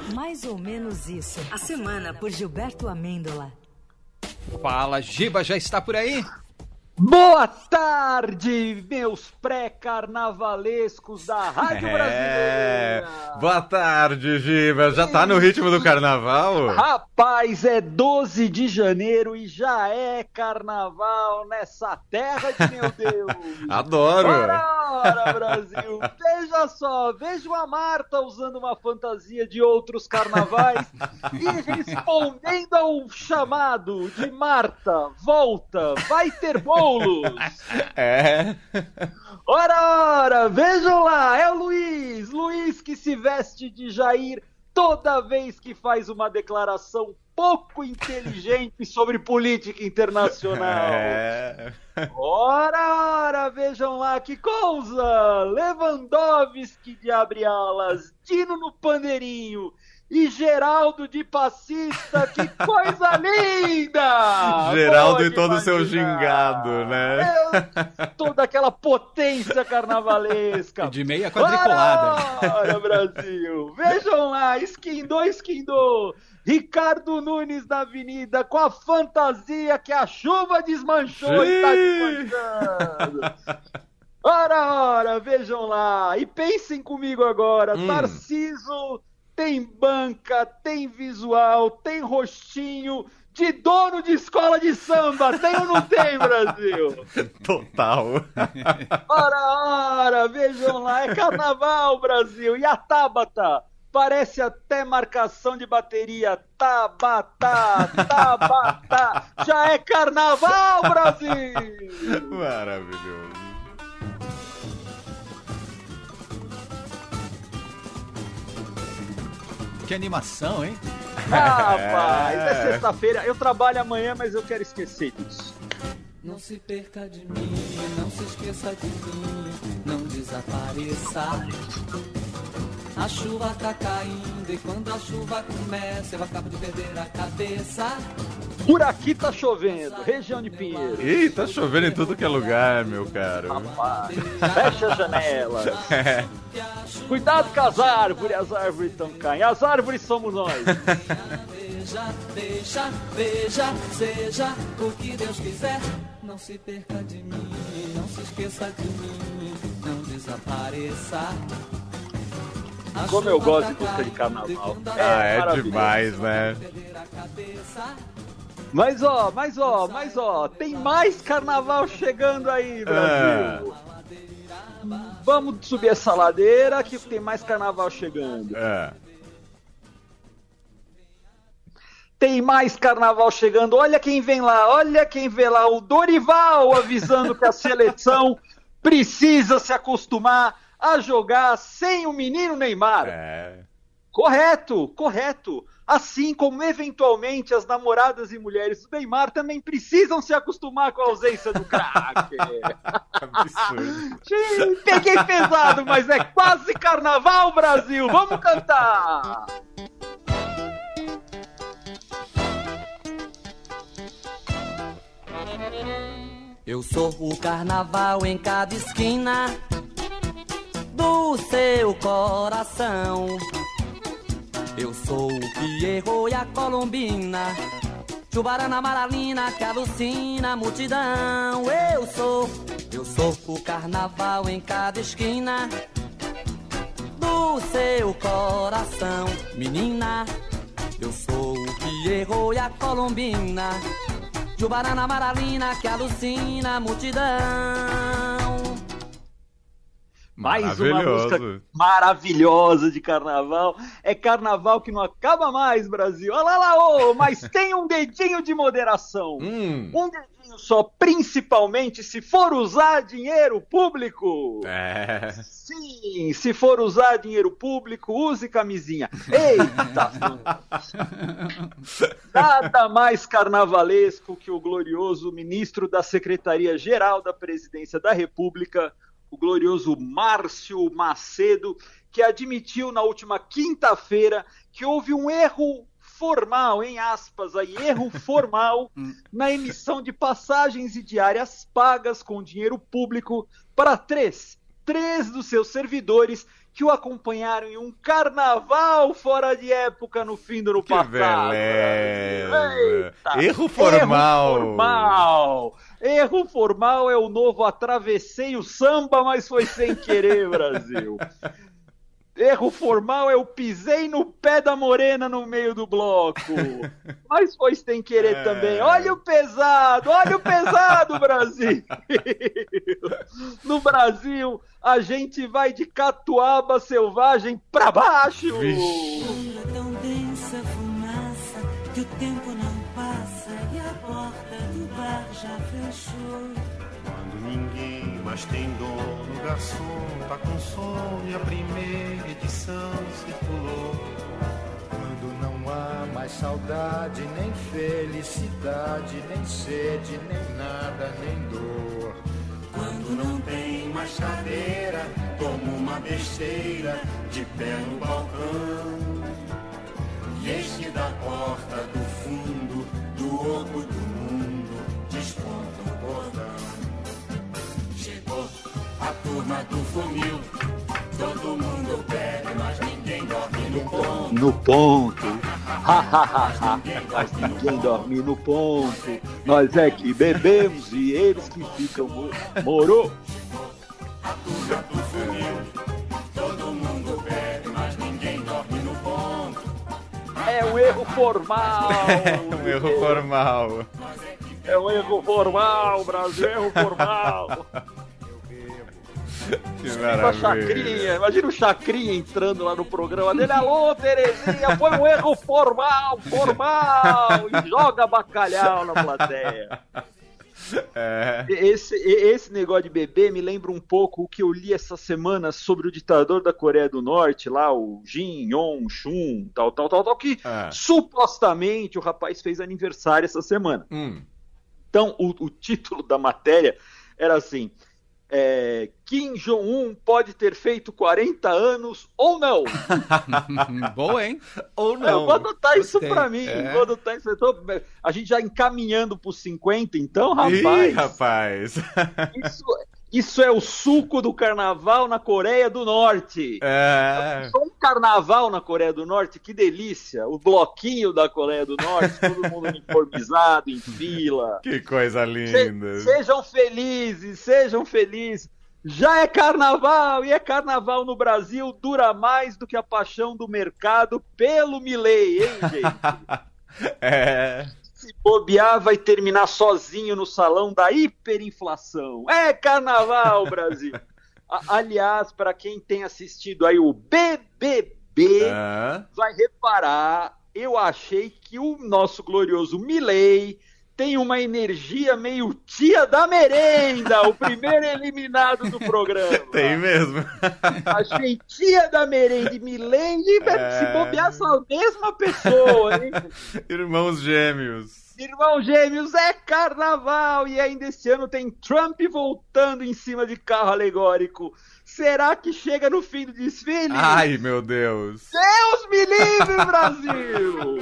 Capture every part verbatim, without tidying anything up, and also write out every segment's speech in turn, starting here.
Mais ou menos isso. A semana por Gilberto Amêndola. Fala, Giba, já está por aí? Boa tarde, meus pré-carnavalescos da Rádio é... Brasileira! Boa tarde, Giba. Já tá no ritmo do carnaval? Rapaz, é doze de janeiro e já é carnaval nessa terra de meu Deus! Adoro! Ora, ora, Brasil! Veja só, vejo a Marta usando uma fantasia de outros carnavais e respondendo ao chamado de Marta, volta, vai ter bom! É. Ora, ora, vejam lá, é o Luiz, Luiz que se veste de Jair toda vez que faz uma declaração pouco inteligente sobre política internacional. É. Ora, ora, vejam lá que coisa, Lewandowski de abre alas, Dino no pandeirinho e Geraldo de passista, que coisa linda! Geraldo Pode e todo o seu imaginar. gingado, né? Eu, toda aquela potência carnavalesca. De meia quadriculada. Ora, Brasil! Vejam lá, esquindou, esquindou! Ricardo Nunes na avenida com a fantasia que a chuva desmanchou Sim. e tá desmanchando. Ora, ora, vejam lá. E pensem comigo agora, Hum. Tarciso tem banca, tem visual, tem rostinho de dono de escola de samba. Tem ou não tem, Brasil? Total. Ora, ora, vejam lá, é carnaval, Brasil. E a Tabata? Parece até marcação de bateria. Tabata, Tabata. Já é carnaval, Brasil! Maravilhoso. Que animação, hein? Rapaz, é, É. sexta-feira. Eu trabalho amanhã, mas eu quero esquecer disso. Não se perca de mim, não se esqueça de mim, não desapareça. A chuva tá caindo e quando a chuva começa eu acabo de perder a cabeça. Por aqui tá chovendo, região de Pinheiro. Ih, tá chovendo em tudo que é lugar, meu caro. Rapaz, fecha a janela. É. Cuidado com as árvores, as árvores estão caindo. As árvores somos nós. Veja, veja, veja, seja o que Deus quiser. Não se perca de mim, não se esqueça de mim, não desapareça. A Como eu chuva gosto tá de música de caindo carnaval. e quando a Ah, é maravilhoso. demais, né? perder a cabeça. Mas ó, mas ó, mas ó, tem mais carnaval chegando aí, Brasil. Vamos subir essa ladeira que tem mais carnaval chegando. É. Tem mais carnaval chegando. Olha quem vem lá, olha quem vem lá. O Dorival avisando que a seleção precisa se acostumar a jogar sem o menino Neymar. É. Correto, correto. Assim como, eventualmente, as namoradas e mulheres do Neymar também precisam se acostumar com a ausência do craque. Absurdo. Sim, peguei pesado, mas é quase carnaval, Brasil. Vamos cantar. Eu sou o carnaval em cada esquina do seu coração. Eu sou o Pierrot e a Colombina, Chubarana Maralina que alucina a multidão. Eu sou, eu sou o carnaval em cada esquina do seu coração. Menina, eu sou o Pierrot e a Colombina, Chubarana Maralina que alucina a multidão. Mais uma música maravilhosa de carnaval. É carnaval que não acaba mais, Brasil. Olha lá, lá, ô, mas tem um dedinho de moderação. Hum. Um dedinho só, principalmente se for usar dinheiro público. É. Sim, se for usar dinheiro público, use camisinha. Eita! Nada mais carnavalesco que o glorioso ministro da Secretaria-Geral da Presidência da República, o glorioso Márcio Macedo, que admitiu na última quinta-feira que houve um erro formal, em aspas, aí, erro formal na emissão de passagens e diárias pagas com dinheiro público para três, três dos seus servidores que o acompanharam em um carnaval fora de época no fim do ano Que passado. beleza. Eita, Erro formal. Erro formal. Erro formal é o novo atravessei o samba, mas foi sem querer, Brasil. Erro formal é o pisei no pé da morena no meio do bloco. Mas foi sem querer é. também. Olha o pesado, olha o pesado, Brasil. No Brasil, a gente vai de catuaba selvagem pra baixo. Quando é tão densa fumaça que o tempo não passa e a porta do bar já fechou. Quando ninguém mais tem dono, o garçom tá com sono e a primeira edição circulou. Quando não há mais saudade, nem felicidade, nem sede, nem nada, nem dor. Quando não tem mais cadeira, toma uma besteira de pé no balcão. E eis que da porta do fundo, do oco do mundo, desponta o cordão. Chegou a turma do funil, todo mundo bebe, mas ninguém dorme no ponto. No ponto, ha ha ha ha, mas ninguém dorme no ponto. Nós é que bebemos e eles que ficam mo- moro. A turma do funil, todo mundo bebe, mas ninguém dorme no ponto. É um erro formal. É um erro formal. É um erro formal, Brasil, erro formal. Que Imagina, Chacrinha, imagina o Chacrinha entrando lá no programa dele. Alô, Terezinha, foi um erro formal, formal. E joga bacalhau na plateia. É. Esse, esse negócio de bebê me lembra um pouco o que eu li essa semana sobre o ditador da Coreia do Norte, lá, o Kim Jong-un, tal, tal, tal, tal, que é. supostamente o rapaz fez aniversário essa semana. Hum. Então, o, o título da matéria era assim: é, Kim Jong-un pode ter feito quarenta anos ou não. Boa, hein? Ou não. Eu vou anotar isso Gostei. pra mim. É. Vou anotar isso. Eu tô- a gente já encaminhando pros cinquenta, então, rapaz. Ih, rapaz. Isso, isso é o suco do carnaval na Coreia do Norte. É. Só um carnaval na Coreia do Norte, que delícia. O bloquinho da Coreia do Norte, todo mundo uniformizado, em fila. Que coisa Se- linda. sejam felizes, sejam felizes. Já é carnaval, e é carnaval no Brasil, dura mais do que a paixão do mercado pelo Milei, hein, gente? É. Se bobear, vai terminar sozinho no salão da hiperinflação. É carnaval, Brasil. A- aliás, para quem tem assistido aí o B B B, É. vai reparar, eu achei que o nosso glorioso Milei tem uma energia meio tia da merenda, o primeiro eliminado do programa. Tem mesmo. Achei tia da merenda e Milei, É. se bobear, são a mesma pessoa, hein? Irmãos gêmeos. Irmão Gêmeos, é carnaval! E ainda esse ano tem Trump voltando em cima de carro alegórico. Será que chega no fim do desfile? Ai, meu Deus. Deus me livre, Brasil!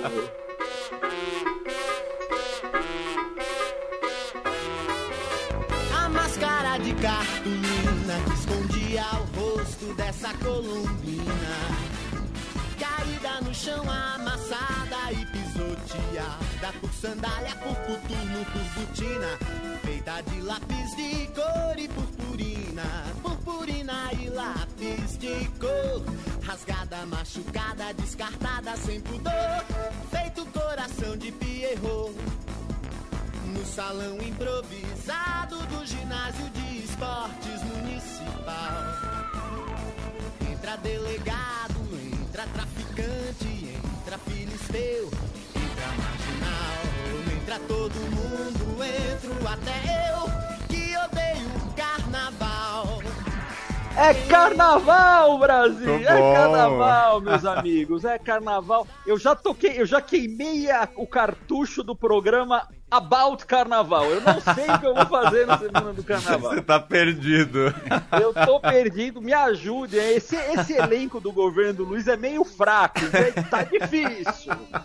A máscara de cartolina que escondia o rosto dessa colombina, caída no chão, amassada e pisoteada por sandália, por coturno, por botina, feita de lápis de cor e purpurina, purpurina e lápis de cor, rasgada, machucada, descartada, sem pudor, feito coração de Pierrot. No salão improvisado do ginásio de esportes municipal, entra delegado, entra traficante, entra filisteu, entra marginal, entra todo mundo, entro até eu, que odeio o carnaval. É carnaval, Brasil! Muito É bom. carnaval, meus amigos, é carnaval. Eu já toquei, eu já queimei a- o cartucho do programa About Carnaval. Eu não sei o que eu vou fazer na semana do carnaval. Você tá perdido. Eu tô perdido, me ajude. Esse, esse elenco do governo do Luiz é meio fraco, né? Tá difícil.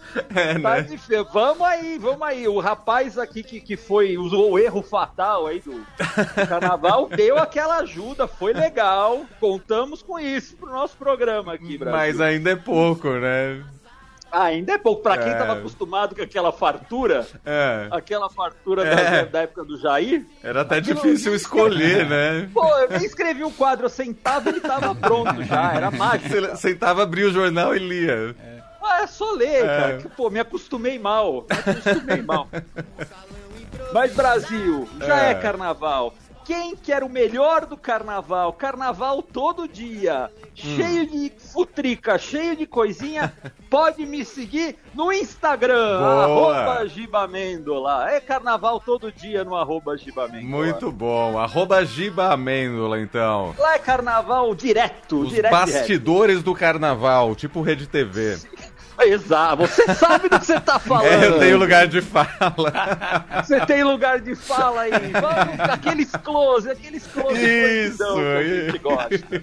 É, Tá né? difícil. Vamos aí, vamos aí. O rapaz aqui que, que foi, usou o erro fatal aí do, do carnaval, deu aquela ajuda, foi legal. Contamos com isso pro nosso programa aqui, Brasil. Mas ainda é pouco, né? Ah, ainda é pouco. Pra quem É. tava acostumado com aquela fartura, É. aquela fartura É. da, da época do Jair. Era até aquilo- difícil escolher, né? Pô, eu nem escrevi o quadro, eu sentava e ele tava pronto já, era mágico. Você sentava, abria o jornal e lia. Ah, é só ler, É. cara. Que, pô, me acostumei mal. Me acostumei mal. Mas Brasil, já é. É. carnaval. Quem quer o melhor do carnaval? Carnaval todo dia. Cheio de futrica, cheio de coisinha. Pode me seguir no Instagram, Boa. arroba Gibamêndola. É carnaval todo dia no arroba Gibamêndola. Muito bom. Arroba Giba Amêndola, então. Lá é carnaval direto, Os direto, bastidores do carnaval, tipo Rede T V. direto. Exato, você sabe do que você tá falando. É, eu tenho lugar de fala. Você tem lugar de fala aí. Vamos, aqueles close, aqueles close Isso, de que a gente gosta.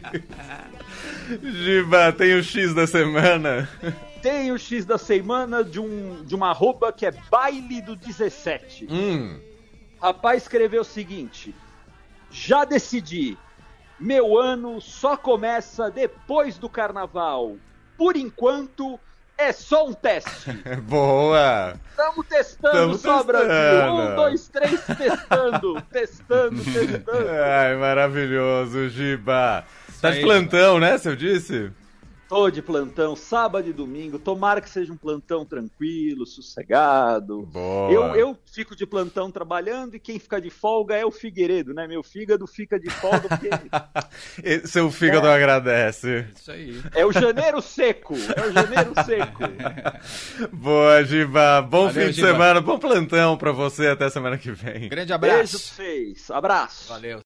Giba, tem o X da semana? Tem o X da semana de, um, de uma arroba que é Baile do dezessete. Hum. Rapaz escreveu o seguinte: já decidi, meu ano só começa depois do carnaval. Por enquanto, é só um teste. Boa! Estamos testando Tamo só, testando. Brasil. Um, dois, três, testando. testando, testando. Ai, maravilhoso, Giba. Tá de aí, plantão, né, você disse? Tô de plantão, sábado e domingo. Tomara que seja um plantão tranquilo, sossegado. Boa. Eu, eu fico de plantão trabalhando e quem fica de folga é o Figueiredo, né? Meu fígado fica de folga porque E seu fígado agradece. Isso aí. é o janeiro seco. É o janeiro seco. Boa, Giba. Bom Valeu, fim de Giba. semana, bom plantão pra você. Até semana que vem. Grande Beijo pra abraço. vocês. Abraço. Valeu.